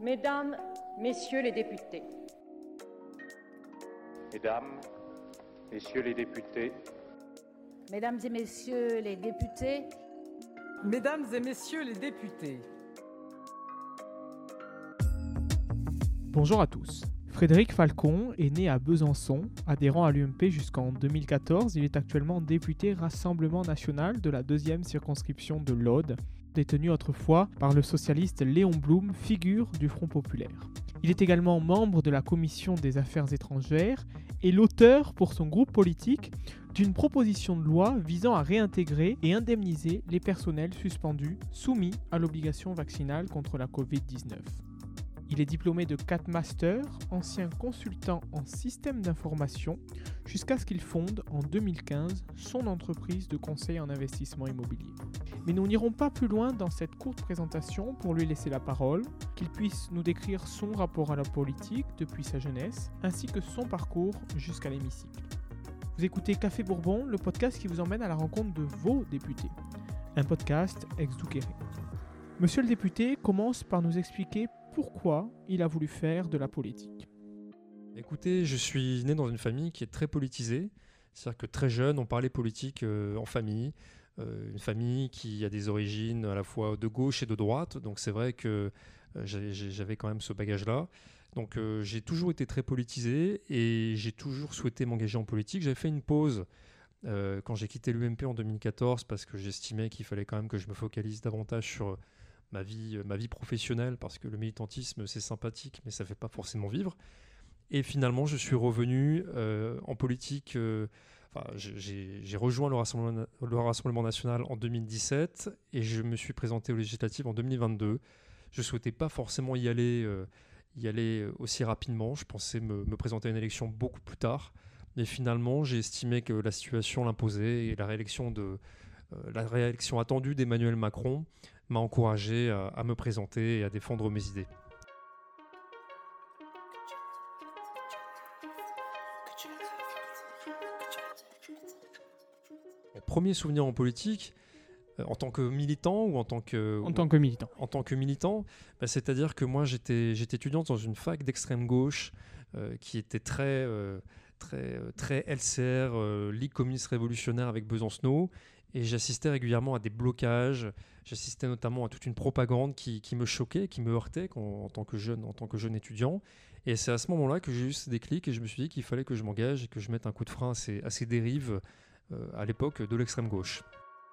Mesdames, Messieurs les députés. Mesdames, Messieurs les députés. Mesdames et Messieurs les députés. Mesdames et Messieurs les députés. Bonjour à tous. Frédéric Falcon est né à Besançon, adhérant à l'UMP jusqu'en 2014. Il est actuellement député Rassemblement National de la 2e circonscription de l'Aude, détenu autrefois par le socialiste Léon Blum, figure du Front populaire. Il est également membre de la Commission des Affaires étrangères et l'auteur pour son groupe politique d'une proposition de loi visant à réintégrer et indemniser les personnels suspendus soumis à l'obligation vaccinale contre la Covid-19. Il est diplômé de 4 masters, ancien consultant en système d'information, jusqu'à ce qu'il fonde en 2015 son entreprise de conseil en investissement immobilier. Mais nous n'irons pas plus loin dans cette courte présentation pour lui laisser la parole, qu'il puisse nous décrire son rapport à la politique depuis sa jeunesse, ainsi que son parcours jusqu'à l'hémicycle. Vous écoutez Café Bourbon, le podcast qui vous emmène à la rencontre de vos députés. Un podcast ex-Douqueré. Monsieur le député commence par nous expliquer pourquoi il a voulu faire de la politique. Écoutez, je suis né dans une famille qui est très politisée. C'est-à-dire que très jeune, on parlait politique en famille. Une famille qui a des origines à la fois de gauche et de droite. Donc c'est vrai que j'avais quand même ce bagage-là. Donc j'ai toujours été très politisé et j'ai toujours souhaité m'engager en politique. J'avais fait une pause quand j'ai quitté l'UMP en 2014 parce que j'estimais qu'il fallait quand même que je me focalise davantage sur ma vie professionnelle, parce que le militantisme c'est sympathique mais ça ne fait pas forcément vivre. Et finalement je suis revenu en politique, j'ai rejoint le Rassemblement National en 2017 et je me suis présenté aux législatives en 2022. Je ne souhaitais pas forcément y aller aussi rapidement, je pensais me présenter à une élection beaucoup plus tard, mais finalement j'ai estimé que la situation l'imposait et la réélection attendue d'Emmanuel Macron m'a encouragé à me présenter et à défendre mes idées. Mon premier souvenir en politique, en tant que militant ou en tant que... En tant que militant. En tant que militant, c'est-à-dire que moi j'étais étudiant dans une fac d'extrême gauche qui était très LCR, Ligue communiste révolutionnaire avec Besancenot. Et j'assistais régulièrement à des blocages, j'assistais notamment à toute une propagande qui me choquait, qui me heurtait en tant que jeune étudiant. Et c'est à ce moment-là que j'ai eu ce déclic et je me suis dit qu'il fallait que je m'engage et que je mette un coup de frein à ces dérives à l'époque de l'extrême gauche.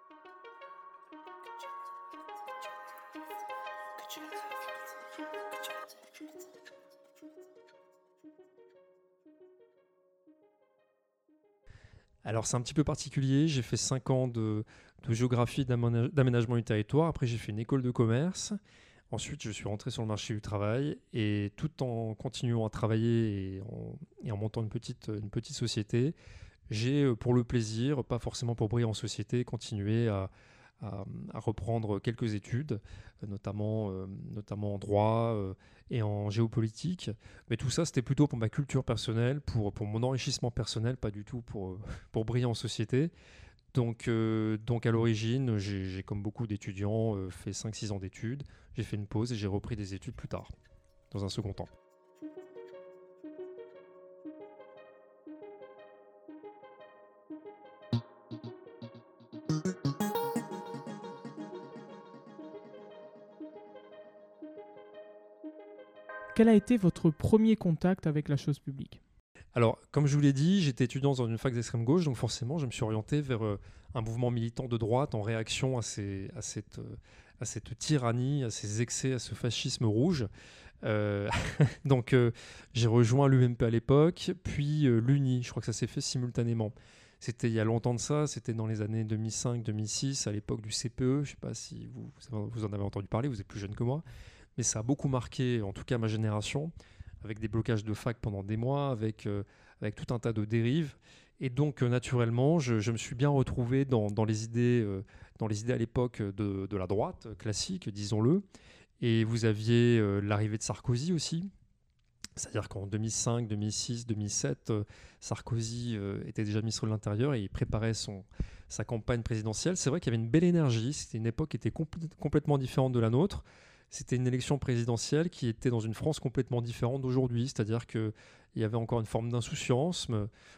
Alors c'est un petit peu particulier, j'ai fait 5 ans de géographie d'aménagement du territoire, après j'ai fait une école de commerce, ensuite je suis rentré sur le marché du travail et tout en continuant à travailler et en montant une petite société, j'ai pour le plaisir, pas forcément pour briller en société, continué à reprendre quelques études, notamment en droit et en géopolitique. Mais tout ça, c'était plutôt pour ma culture personnelle, pour mon enrichissement personnel, pas du tout pour briller en société. Donc à l'origine, j'ai comme beaucoup d'étudiants, fait 5-6 ans d'études. J'ai fait une pause et j'ai repris des études plus tard, dans un second temps. Quel a été votre premier contact avec la chose publique ? Alors, comme je vous l'ai dit, j'étais étudiant dans une fac d'extrême gauche, donc forcément, je me suis orienté vers un mouvement militant de droite en réaction à cette tyrannie, à ces excès, à ce fascisme rouge. Donc, j'ai rejoint l'UMP à l'époque, puis l'UNI. Je crois que ça s'est fait simultanément. C'était il y a longtemps de ça, c'était dans les années 2005-2006, à l'époque du CPE. Je ne sais pas si vous en avez entendu parler, vous êtes plus jeune que moi. Mais ça a beaucoup marqué, en tout cas ma génération, avec des blocages de fac pendant des mois, avec tout un tas de dérives. Et donc, naturellement, je me suis bien retrouvé dans les idées à l'époque de la droite classique, disons-le. Et vous aviez l'arrivée de Sarkozy aussi. C'est-à-dire qu'en 2005, 2006, 2007, Sarkozy était déjà ministre de l'Intérieur et il préparait sa campagne présidentielle. C'est vrai qu'il y avait une belle énergie. C'était une époque qui était complètement différente de la nôtre. c'était une élection présidentielle qui était dans une France complètement différente d'aujourd'hui, c'est-à-dire qu'il y avait encore une forme d'insouciance,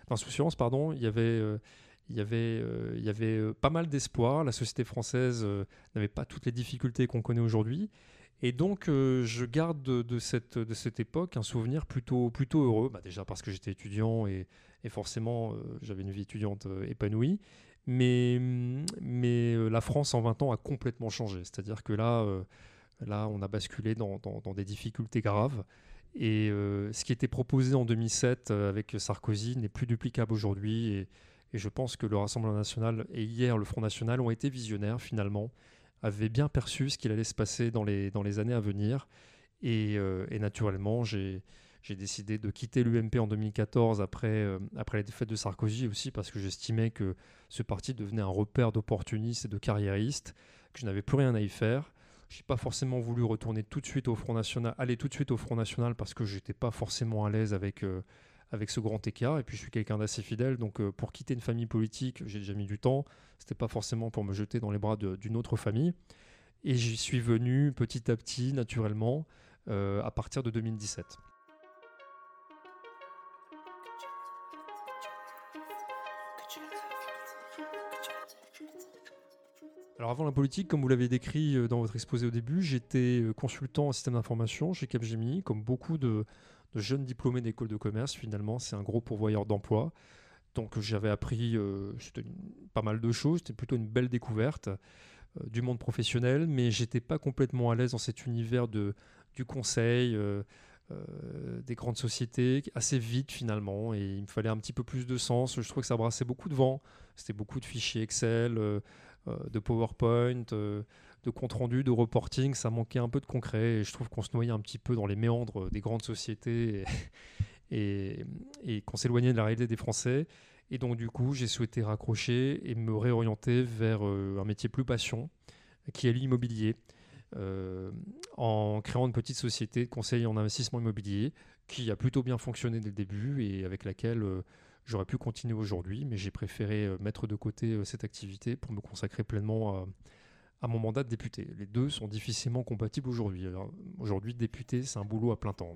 il y avait pas mal d'espoir. La société française n'avait pas toutes les difficultés qu'on connaît aujourd'hui. Et donc, je garde de cette époque un souvenir plutôt heureux. Déjà parce que j'étais étudiant et forcément, j'avais une vie étudiante épanouie. Mais la France en 20 ans a complètement changé. C'est-à-dire que là, on a basculé dans des difficultés graves. Et ce qui était proposé en 2007 avec Sarkozy n'est plus duplicable aujourd'hui. Et je pense que le Rassemblement national et hier le Front national ont été visionnaires finalement, avaient bien perçu ce qu'il allait se passer dans les années à venir. Et naturellement, j'ai décidé de quitter l'UMP en 2014 après la défaite de Sarkozy aussi parce que j'estimais que ce parti devenait un repère d'opportunistes et de carriéristes, que je n'avais plus rien à y faire. Je n'ai pas forcément voulu retourner tout de suite au Front National, aller tout de suite au Front National parce que je n'étais pas forcément à l'aise avec ce grand écart. Et puis je suis quelqu'un d'assez fidèle, donc pour quitter une famille politique, j'ai déjà mis du temps. C'était pas forcément pour me jeter dans les bras d'une autre famille. Et j'y suis venu petit à petit, naturellement, à partir de 2017. Alors avant la politique, comme vous l'avez décrit dans votre exposé au début, j'étais consultant en système d'information chez Capgemini, comme beaucoup de jeunes diplômés d'école de commerce. Finalement, c'est un gros pourvoyeur d'emploi. Donc j'avais appris pas mal de choses, c'était plutôt une belle découverte du monde professionnel, mais j'étais pas complètement à l'aise dans cet univers du conseil, des grandes sociétés, assez vite finalement, et il me fallait un petit peu plus de sens. Je trouvais que ça brassait beaucoup de vent, c'était beaucoup de fichiers Excel, de PowerPoint, de compte-rendu, de reporting, ça manquait un peu de concret, et je trouve qu'on se noyait un petit peu dans les méandres des grandes sociétés, et qu'on s'éloignait de la réalité des Français. Et donc du coup, j'ai souhaité raccrocher et me réorienter vers un métier plus passion, qui est l'immobilier, en créant une petite société de conseil en investissement immobilier qui a plutôt bien fonctionné dès le début et avec laquelle j'aurais pu continuer aujourd'hui, mais j'ai préféré mettre de côté cette activité pour me consacrer pleinement à mon mandat de député. Les deux sont difficilement compatibles aujourd'hui. Alors, aujourd'hui, député, c'est un boulot à plein temps.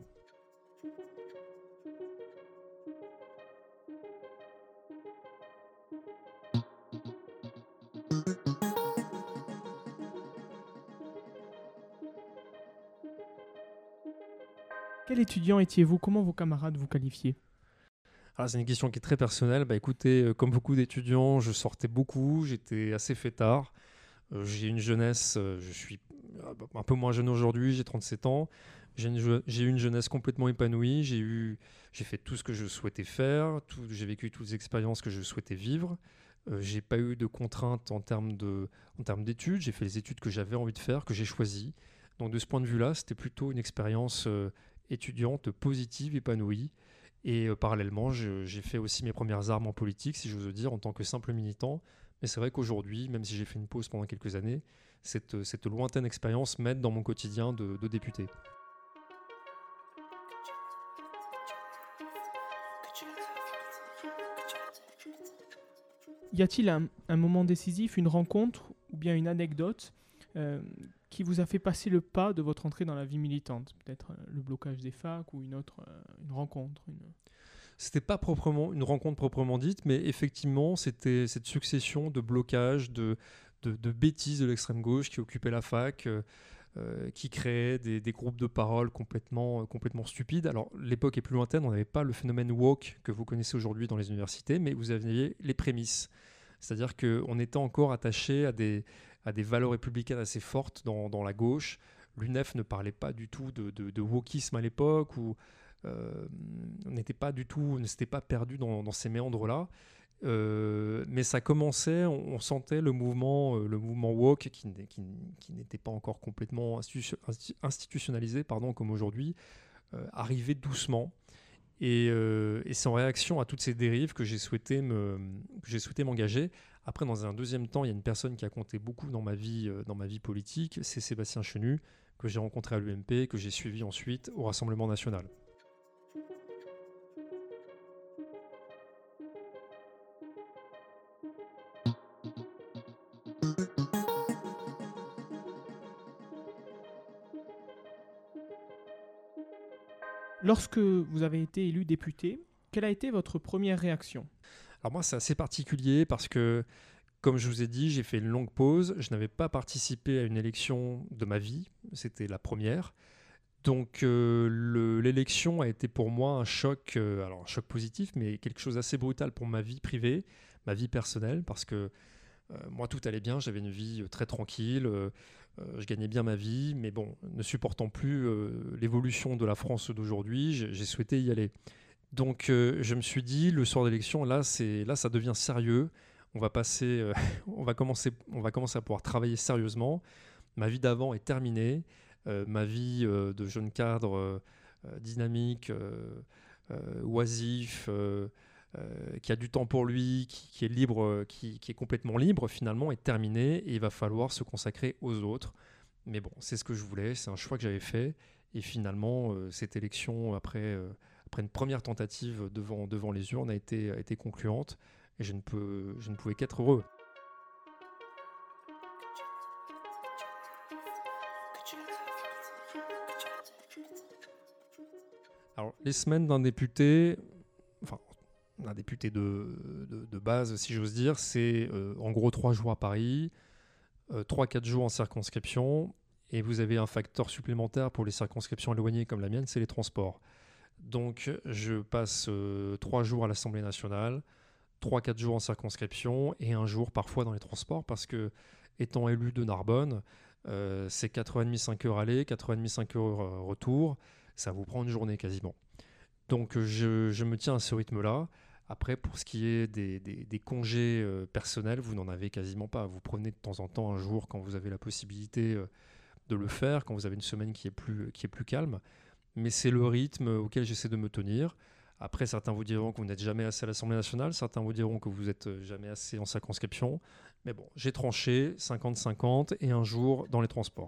Quel étudiant étiez-vous? Comment vos camarades vous qualifiaient? C'est une question qui est très personnelle. Écoutez, comme beaucoup d'étudiants, je sortais beaucoup, j'étais assez fêtard. J'ai une jeunesse, je suis un peu moins jeune aujourd'hui, j'ai 37 ans. J'ai eu une jeunesse complètement épanouie, j'ai fait tout ce que je souhaitais faire, j'ai vécu toutes les expériences que je souhaitais vivre. J'ai pas eu de contraintes en termes d'études, j'ai fait les études que j'avais envie de faire, que j'ai choisies. Donc de ce point de vue-là, c'était plutôt une expérience étudiante positive, épanouie. Et parallèlement, j'ai fait aussi mes premières armes en politique, si j'ose dire, en tant que simple militant. Mais c'est vrai qu'aujourd'hui, même si j'ai fait une pause pendant quelques années, cette lointaine expérience m'aide dans mon quotidien de député. Y a-t-il un moment décisif, une rencontre ou bien une anecdote qui vous a fait passer le pas de votre entrée dans la vie militante? Peut-être le blocage des facs ou une rencontre C'était pas proprement une rencontre proprement dite, mais effectivement, c'était cette succession de blocages, de bêtises de l'extrême gauche qui occupaient la fac, qui créaient des groupes de parole complètement stupides. Alors, l'époque est plus lointaine, on n'avait pas le phénomène woke que vous connaissez aujourd'hui dans les universités, mais vous aviez les prémices. C'est-à-dire qu'on était encore attaché à des valeurs républicaines assez fortes dans la gauche. L'UNEF ne parlait pas du tout de wokisme à l'époque, où on ne s'était pas perdu dans ces méandres-là. Mais ça commençait, on sentait le mouvement woke qui n'était pas encore complètement institutionnalisé, comme aujourd'hui, arriver doucement. Et c'est en réaction à toutes ces dérives que j'ai souhaité m'engager. Après, dans un deuxième temps, il y a une personne qui a compté beaucoup dans ma vie politique, c'est Sébastien Chenu, que j'ai rencontré à l'UMP, que j'ai suivi ensuite au Rassemblement national. Lorsque vous avez été élu député, quelle a été votre première réaction ? Alors moi, c'est assez particulier parce que, comme je vous ai dit, j'ai fait une longue pause. Je n'avais pas participé à une élection de ma vie. C'était la première. Donc l'élection a été pour moi un choc, alors un choc positif, mais quelque chose d'assez brutal pour ma vie privée, ma vie personnelle, parce que moi tout allait bien, j'avais une vie très tranquille, je gagnais bien ma vie, mais bon, ne supportant plus l'évolution de la France d'aujourd'hui, j'ai souhaité y aller. Donc je me suis dit, le soir d'élection, là ça devient sérieux, on va commencer à pouvoir travailler sérieusement, ma vie d'avant est terminée. Ma vie de jeune cadre dynamique, oisif, qui a du temps pour lui, qui est libre, qui est complètement libre finalement, est terminée et il va falloir se consacrer aux autres. Mais bon, c'est ce que je voulais, c'est un choix que j'avais fait et finalement cette élection après une première tentative devant les urnes a été concluante et je ne pouvais qu'être heureux. Alors, les semaines d'un député, enfin, d'un député de base, si j'ose dire, c'est en gros 3 jours à Paris, 3-4 jours en circonscription, et vous avez un facteur supplémentaire pour les circonscriptions éloignées comme la mienne, c'est les transports. Donc, je passe 3 jours à l'Assemblée nationale, 3-4 jours en circonscription, et 1 jour parfois dans les transports, parce que, étant élu de Narbonne, c'est 4h30, 5h aller, 4h30, 5h retour, ça vous prend une journée quasiment. Donc je me tiens à ce rythme-là. Après, pour ce qui est des congés personnels, vous n'en avez quasiment pas. Vous prenez de temps en temps un jour quand vous avez la possibilité de le faire, quand vous avez une semaine qui est plus calme. Mais c'est le rythme auquel j'essaie de me tenir. Après, certains vous diront que vous n'êtes jamais assez à l'Assemblée nationale, certains vous diront que vous n'êtes jamais assez en circonscription. Mais bon, j'ai tranché 50-50 et 1 jour dans les transports.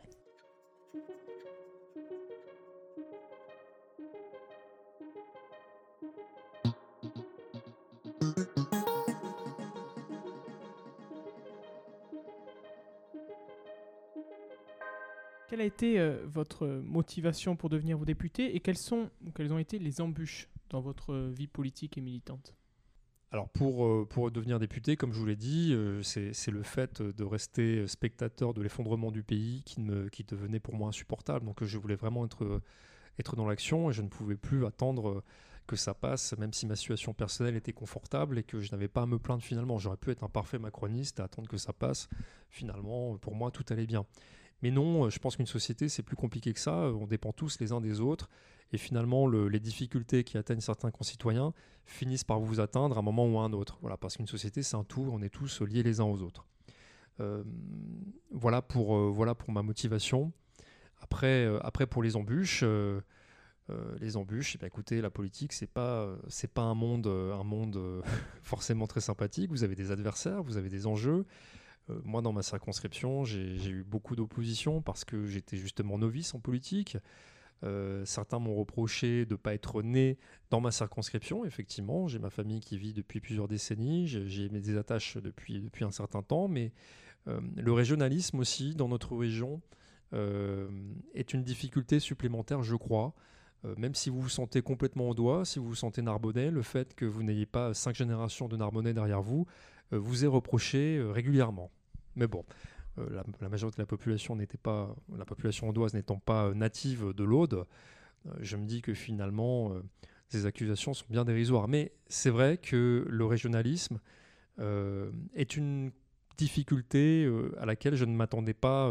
Quelle a été votre motivation pour devenir député et quelles ont été les embûches dans votre vie politique et militante ? Alors pour devenir député, comme je vous l'ai dit, c'est le fait de rester spectateur de l'effondrement du pays qui devenait pour moi insupportable. Donc je voulais vraiment être dans l'action et je ne pouvais plus attendre que ça passe, même si ma situation personnelle était confortable et que je n'avais pas à me plaindre finalement. J'aurais pu être un parfait macroniste et attendre que ça passe. Finalement, pour moi, tout allait bien. Mais non, je pense qu'une société, c'est plus compliqué que ça. On dépend tous les uns des autres. Et finalement, les difficultés qui atteignent certains concitoyens finissent par vous atteindre à un moment ou à un autre. Voilà, parce qu'une société, c'est un tout. On est tous liés les uns aux autres. Voilà pour ma motivation. Après pour les embûches, écoutez, la politique, c'est pas un monde forcément très sympathique. Vous avez des adversaires, vous avez des enjeux. Moi, dans ma circonscription, j'ai eu beaucoup d'opposition parce que j'étais justement novice en politique. Certains m'ont reproché de ne pas être né dans ma circonscription. Effectivement, j'ai ma famille qui vit depuis plusieurs décennies. J'ai des attaches depuis un certain temps. Mais le régionalisme aussi, dans notre région, est une difficulté supplémentaire, je crois. Même si vous vous sentez complètement au doigt, si vous vous sentez narbonnais, le fait que vous n'ayez pas 5 générations de narbonnais derrière vous, vous est reproché régulièrement. Mais bon, la majorité de la population la population audoise n'étant pas native de l'Aude, je me dis que finalement, ces accusations sont bien dérisoires. Mais c'est vrai que le régionalisme est une difficulté à laquelle je ne m'attendais pas,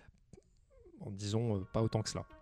pas autant que cela.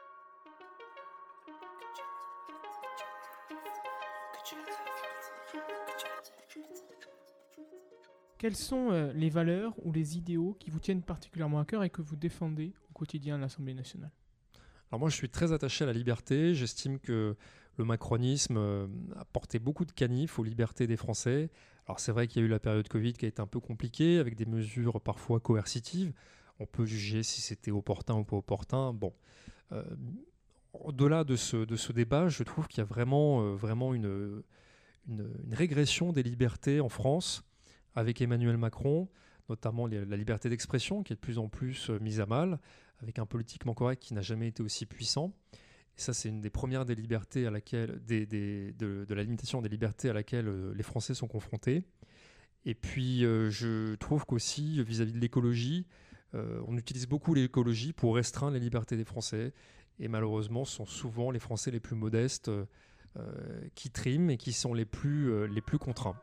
Quelles sont les valeurs ou les idéaux qui vous tiennent particulièrement à cœur et que vous défendez au quotidien à l'Assemblée nationale ? Alors moi, je suis très attaché à la liberté. J'estime que le macronisme a porté beaucoup de canif aux libertés des Français. Alors c'est vrai qu'il y a eu la période Covid qui a été un peu compliquée, avec des mesures parfois coercitives. On peut juger si c'était opportun ou pas opportun. Bon, au-delà de ce débat, je trouve qu'il y a vraiment une régression des libertés en France, avec Emmanuel Macron, notamment la liberté d'expression qui est de plus en plus mise à mal, avec un politiquement correct qui n'a jamais été aussi puissant. Et ça, c'est une des premières des libertés à laquelle, de la limitation des libertés à laquelle les Français sont confrontés. Et puis, je trouve qu'aussi, vis-à-vis de l'écologie, on utilise beaucoup l'écologie pour restreindre les libertés des Français. Et malheureusement, ce sont souvent les Français les plus modestes qui triment et qui sont les plus contraints.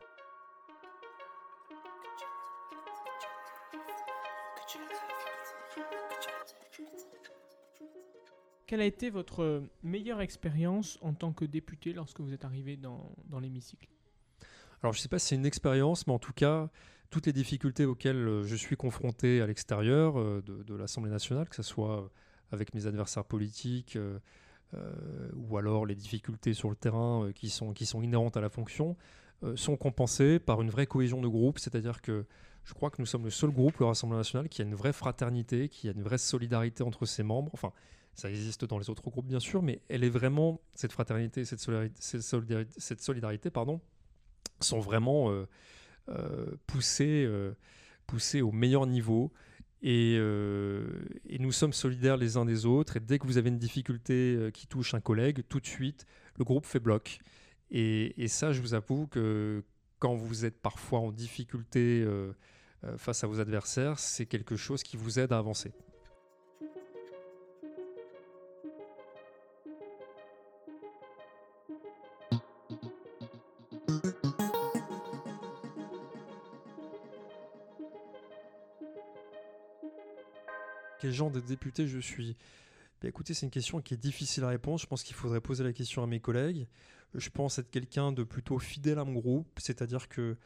Quelle a été votre meilleure expérience en tant que député lorsque vous êtes arrivé dans l'hémicycle ? Alors, je ne sais pas si c'est une expérience, mais en tout cas, toutes les difficultés auxquelles je suis confronté à l'extérieur de l'Assemblée nationale, que ce soit avec mes adversaires politiques ou alors les difficultés sur le terrain qui sont inhérentes à la fonction, sont compensées par une vraie cohésion de groupe. C'est-à-dire que je crois que nous sommes le seul groupe, le Rassemblement national, qui a une vraie fraternité, qui a une vraie solidarité entre ses membres. Enfin, ça existe dans les autres groupes, bien sûr, mais elle est vraiment, cette fraternité, cette solidarité, sont vraiment poussées au meilleur niveau. Et nous sommes solidaires les uns des autres. Et dès que vous avez une difficulté qui touche un collègue, tout de suite, le groupe fait bloc. Et ça, je vous avoue que quand vous êtes parfois en difficulté face à vos adversaires, c'est quelque chose qui vous aide à avancer. Quel genre de député je suis ? Écoutez, c'est une question qui est difficile à répondre. Je pense qu'il faudrait poser la question à mes collègues. Je pense être quelqu'un de plutôt fidèle à mon groupe, c'est-à-dire que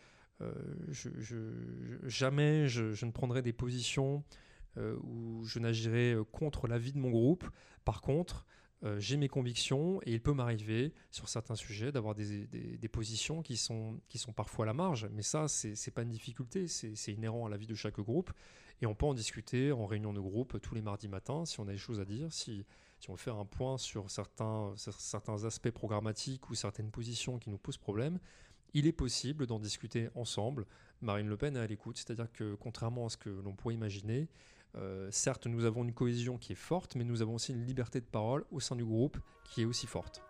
jamais je ne prendrai des positions où je n'agirai contre l'avis de mon groupe. Par contre, j'ai mes convictions et il peut m'arriver sur certains sujets d'avoir des positions qui sont parfois à la marge. Mais ça, c'est pas une difficulté, c'est inhérent à la vie de chaque groupe. Et on peut en discuter en réunion de groupe tous les mardis matins si on a des choses à dire, si on veut faire un point sur certains aspects programmatiques ou certaines positions qui nous posent problème. Il est possible d'en discuter ensemble. Marine Le Pen est à l'écoute, c'est-à-dire que contrairement à ce que l'on pourrait imaginer, certes nous avons une cohésion qui est forte, mais nous avons aussi une liberté de parole au sein du groupe qui est aussi forte.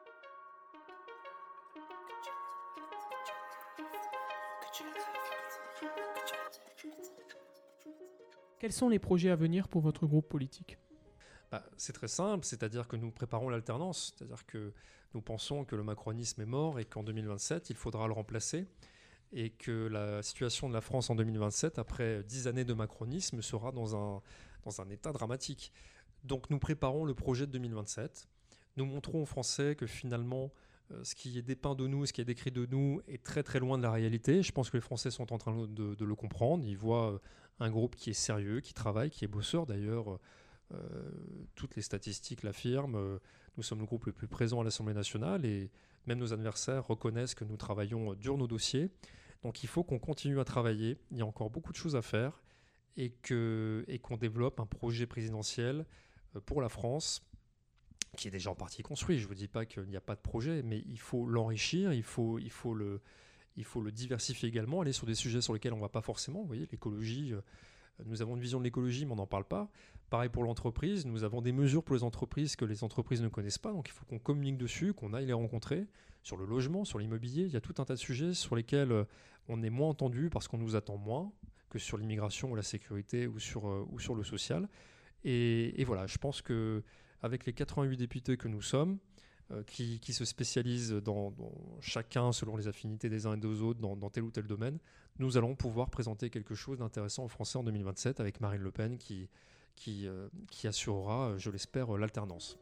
Quels sont les projets à venir pour votre groupe politique ? C'est très simple, c'est-à-dire que nous préparons l'alternance, c'est-à-dire que nous pensons que le macronisme est mort et qu'en 2027, il faudra le remplacer et que la situation de la France en 2027, après 10 années de macronisme, sera dans un état dramatique. Donc nous préparons le projet de 2027. Nous montrons aux Français que finalement, ce qui est dépeint de nous, ce qui est décrit de nous est très très loin de la réalité. Je pense que les Français sont en train de le comprendre. Ils voient un groupe qui est sérieux, qui travaille, qui est bosseur. D'ailleurs, toutes les statistiques l'affirment. Nous sommes le groupe le plus présent à l'Assemblée nationale et même nos adversaires reconnaissent que nous travaillons dur nos dossiers. Donc il faut qu'on continue à travailler. Il y a encore beaucoup de choses à faire et qu'on développe un projet présidentiel pour la France qui est déjà en partie construit. Je ne vous dis pas qu'il n'y a pas de projet, mais il faut l'enrichir, il faut le diversifier également, aller sur des sujets sur lesquels on ne va pas forcément. Vous voyez, l'écologie, nous avons une vision de l'écologie, mais on n'en parle pas. Pareil pour l'entreprise, nous avons des mesures pour les entreprises que les entreprises ne connaissent pas, donc il faut qu'on communique dessus, qu'on aille les rencontrer. Sur le logement, sur l'immobilier, il y a tout un tas de sujets sur lesquels on est moins entendu parce qu'on nous attend moins que sur l'immigration ou la sécurité ou sur le social. Et voilà, je pense qu'avec les 88 députés que nous sommes, qui se spécialisent dans chacun selon les affinités des uns et des autres dans tel ou tel domaine, nous allons pouvoir présenter quelque chose d'intéressant aux Français en 2027 avec Marine Le Pen qui assurera, je l'espère, l'alternance.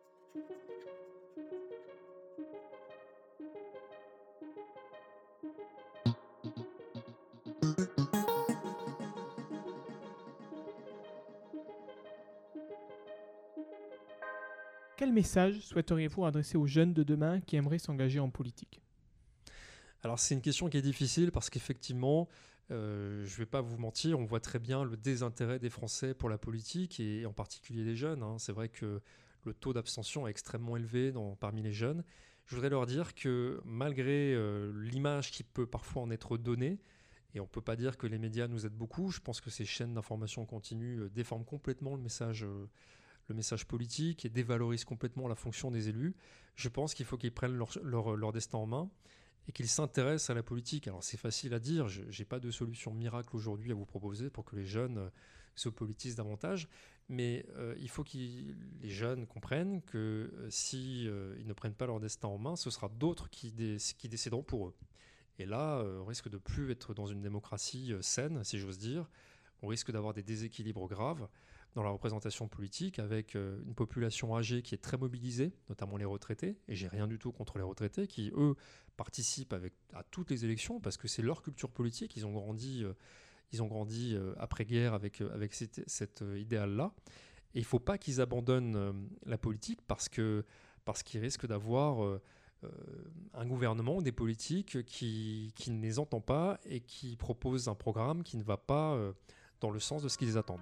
Quel message souhaiteriez-vous adresser aux jeunes de demain qui aimeraient s'engager en politique ? Alors c'est une question qui est difficile parce qu'effectivement, je ne vais pas vous mentir, on voit très bien le désintérêt des Français pour la politique et en particulier des jeunes. C'est vrai que le taux d'abstention est extrêmement élevé parmi les jeunes. Je voudrais leur dire que malgré l'image qui peut parfois en être donnée, Et on ne peut pas dire que les médias nous aident beaucoup. Je pense que ces chaînes d'information continue déforment complètement le message politique et dévalorisent complètement la fonction des élus. Je pense qu'il faut qu'ils prennent leur destin en main et qu'ils s'intéressent à la politique. Alors c'est facile à dire, je n'ai pas de solution miracle aujourd'hui à vous proposer pour que les jeunes se politisent davantage, mais il faut que les jeunes comprennent que si ils ne prennent pas leur destin en main, ce sera d'autres qui décideront pour eux. Et là, on risque de plus être dans une démocratie saine, si j'ose dire. On risque d'avoir des déséquilibres graves dans la représentation politique, avec une population âgée qui est très mobilisée, notamment les retraités. Et j'ai rien du tout contre les retraités, qui, eux, participent à toutes les élections, parce que c'est leur culture politique. Ils ont grandi après-guerre avec cet idéal-là. Et il ne faut pas qu'ils abandonnent la politique, parce qu'ils risquent d'avoir un gouvernement ou des politiques qui ne les entend pas et qui proposent un programme qui ne va pas dans le sens de ce qu'ils attendent.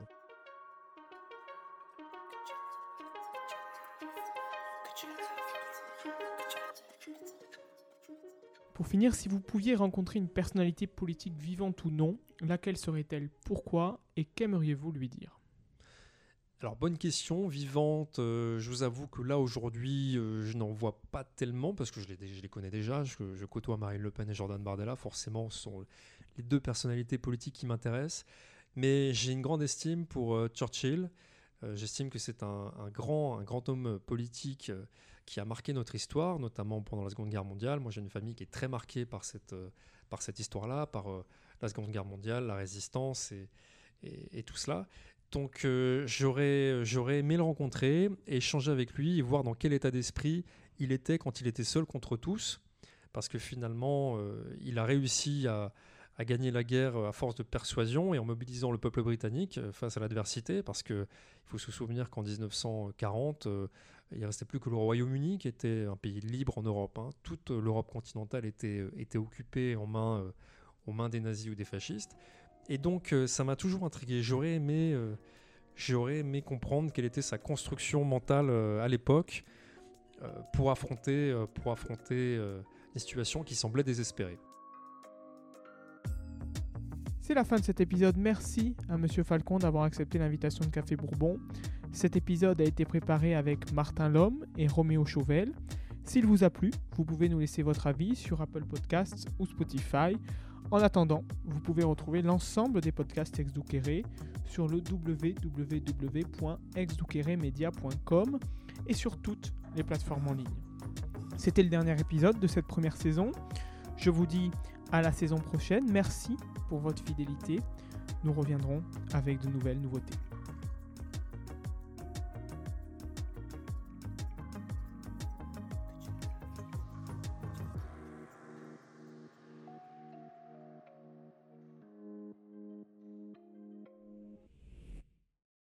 Pour finir, si vous pouviez rencontrer une personnalité politique vivante ou non, laquelle serait-elle, pourquoi et qu'aimeriez-vous lui dire ? Alors, bonne question, vivante, je vous avoue que là, aujourd'hui, je n'en vois pas tellement, parce que je les connais déjà, je côtoie Marine Le Pen et Jordan Bardella, forcément, ce sont les deux personnalités politiques qui m'intéressent, mais j'ai une grande estime pour Churchill. J'estime que c'est un grand homme politique qui a marqué notre histoire, notamment pendant la Seconde Guerre mondiale. Moi, j'ai une famille qui est très marquée par cette histoire-là, par la Seconde Guerre mondiale, la résistance et tout cela. Donc j'aurais aimé le rencontrer et échanger avec lui et voir dans quel état d'esprit il était quand il était seul contre tous, parce que finalement il a réussi à gagner la guerre à force de persuasion et en mobilisant le peuple britannique face à l'adversité, parce qu'il faut se souvenir qu'en 1940 il ne restait plus que le Royaume-Uni qui était un pays libre en Europe, hein. Toute l'Europe continentale était occupée aux mains des nazis ou des fascistes. Et donc, ça m'a toujours intrigué. J'aurais aimé comprendre quelle était sa construction mentale à l'époque pour affronter des situations qui semblaient désespérées. C'est la fin de cet épisode. Merci à M. Falcon d'avoir accepté l'invitation de Café Bourbon. Cet épisode a été préparé avec Martin Lhomme et Roméo Chauvel. S'il vous a plu, vous pouvez nous laisser votre avis sur Apple Podcasts ou Spotify. En attendant, vous pouvez retrouver l'ensemble des podcasts Exduquere sur le www.exduqueremedia.com et sur toutes les plateformes en ligne. C'était le dernier épisode de cette première saison. Je vous dis à la saison prochaine. Merci pour votre fidélité. Nous reviendrons avec de nouvelles nouveautés.